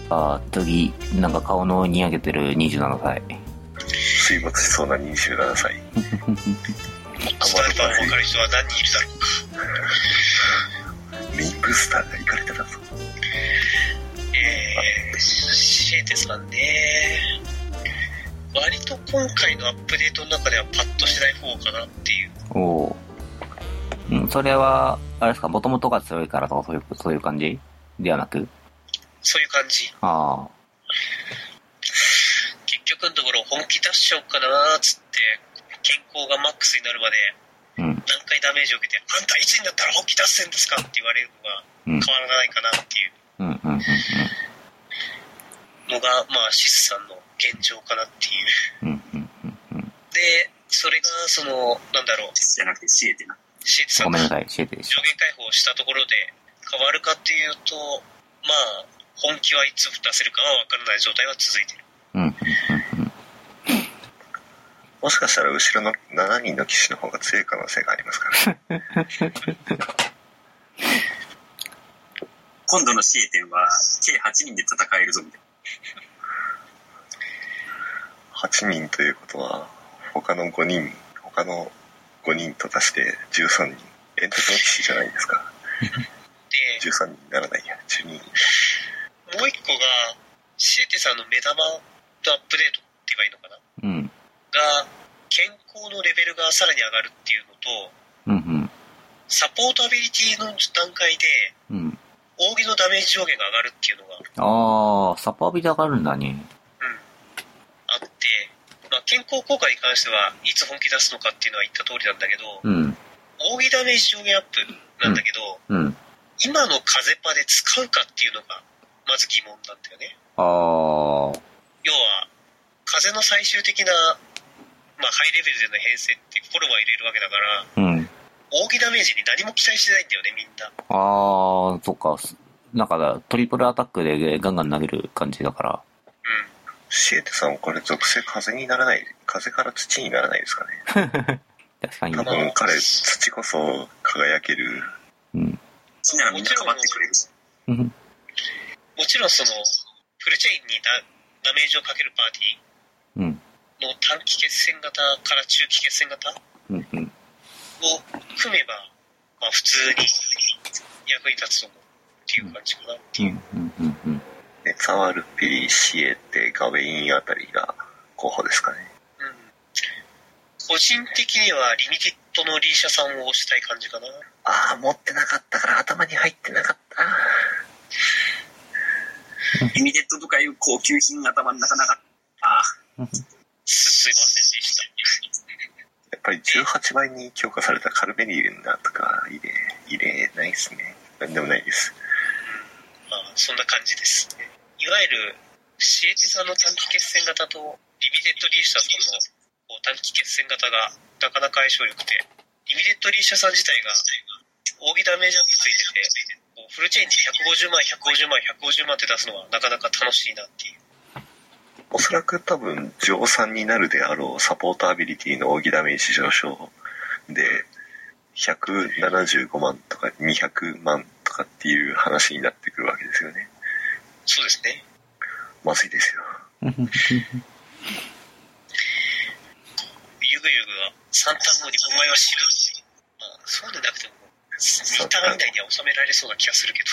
次、なんか顔のにやけてる27歳。 水没しそうな27歳。 スタルパン分かる人は何人いるだろうか。 メインブースターが行かれてたぞ。 シエテさんね、割と今回のアップデートの中ではパッとしない方かなっていう。 おお。それは、あれですか、もともとが強いからとかそういう感じではなく？ そういう感じ。 ああ。 結局のところ本気出しちゃおうかなーっつって、健康がマックスになるまで、何回ダメージを受けて、あんた1になったら本気出せんですかって言われるのが変わらないかなっていうのが、まあシスさんの現状かなっていう。で、それがその、なんだろう。 じゃなくてシエテな。 シエテさんが上限解放したところで変わるかっていうと、まあ、本気はいつ出せるかは分からない状態は続いてる。 もしかしたら後ろの7人の騎士の方が強い可能性がありますから今度のシエテンは計8人で戦えるぞみたいな。 8人ということは他の5人と足して13人。煙突の騎士じゃないですか。で13人にならないや、12人。 もう一個がシエテさんの目玉とアップデートって言えばいいのかな、が健康のレベルがさらに上がるっていうのと、サポートアビリティの段階で、扇のダメージ上限が上がるっていうのがサポアビで上がるんだね。 あって、まあ、健康効果に関してはいつ本気出すのかっていうのは言った通りなんだけど、扇ダメージ上限アップなんだけど、今の風パで使うかっていうのがまず疑問なんだよね。要は風の最終的な、まあ、ハイレベルでの編成ってフォロワー入れるわけだから、扇ダメージに何も期待してないんだよね、みんな。 そっか。なんかトリプルアタックでガンガン投げる感じだから。 シエテさんこれ属性風にならない、風から土にならないですかね。 確かに。 多分彼土こそ輝ける。 土ならみんなかばってくれるし。 もちろんそのフルチェインにダメージをかけるパーティーの短期決戦型から中期決戦型を組めば、まあ、普通に役に立つと思うっていう感じかなっていう。 ネツァワルピリ、シエテ、ガウェインあたりが候補ですかね。 個人的にはリミティッドのリーシャさんを推したい感じかな。 持ってなかったから頭に入ってなかった。 リミテッドとかいう高級品が頭の中なかった。 すいませんでした。 やっぱり18倍に強化されたカルベリーナとか入れないですね。なんでもないです。 まあそんな感じです。いわゆるシエテさんの短期決戦型とリミテッドリーシャさんの短期決戦型がなかなか相性良くて、リミテッドリーシャさん自体が扇ダメージアップついてて、フルチェーンに150万って出すのはなかなか楽しいなっていう。 おそらく多分乗算になるであろうサポートアビリティの扇ダメージ上昇で175万とか200万とかっていう話になってくるわけですよね。 そうですね。 まずいですよ。 ゆぐゆぐが3ターン後にお前は死ぬっていう。まあそうでなくても2ターン以内には収められそうな気がするけど。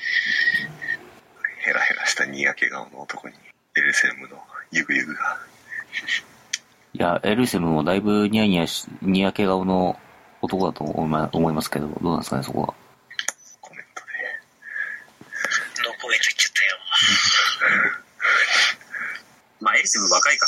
ヘラヘラしたにやけ顔の男にエルセムのゆぐゆぐが。 いや、エルセムもだいぶにやけ顔の男だと思いますけど、どうなんですかね、そこは。 コメントで。 ノーコメント言っちゃったよ。 まあエルセム若いから。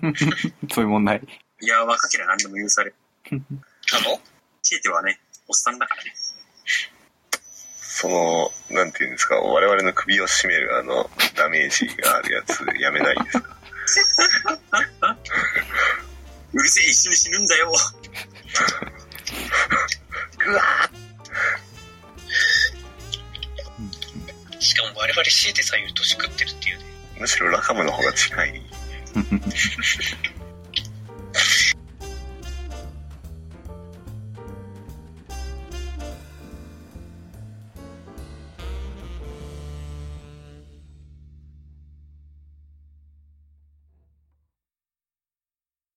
そういう問題。 いや、若ければ何でも許される。シエテはね、おっさんだからね。 その、なんていうんですか、我々の首を絞めるダメージがあるやつ、やめないですか？ うるせえ、一緒に死ぬんだよ。 うわしかも我々シエテさんより年食ってるっていうね。 むしろラカムの方が近い。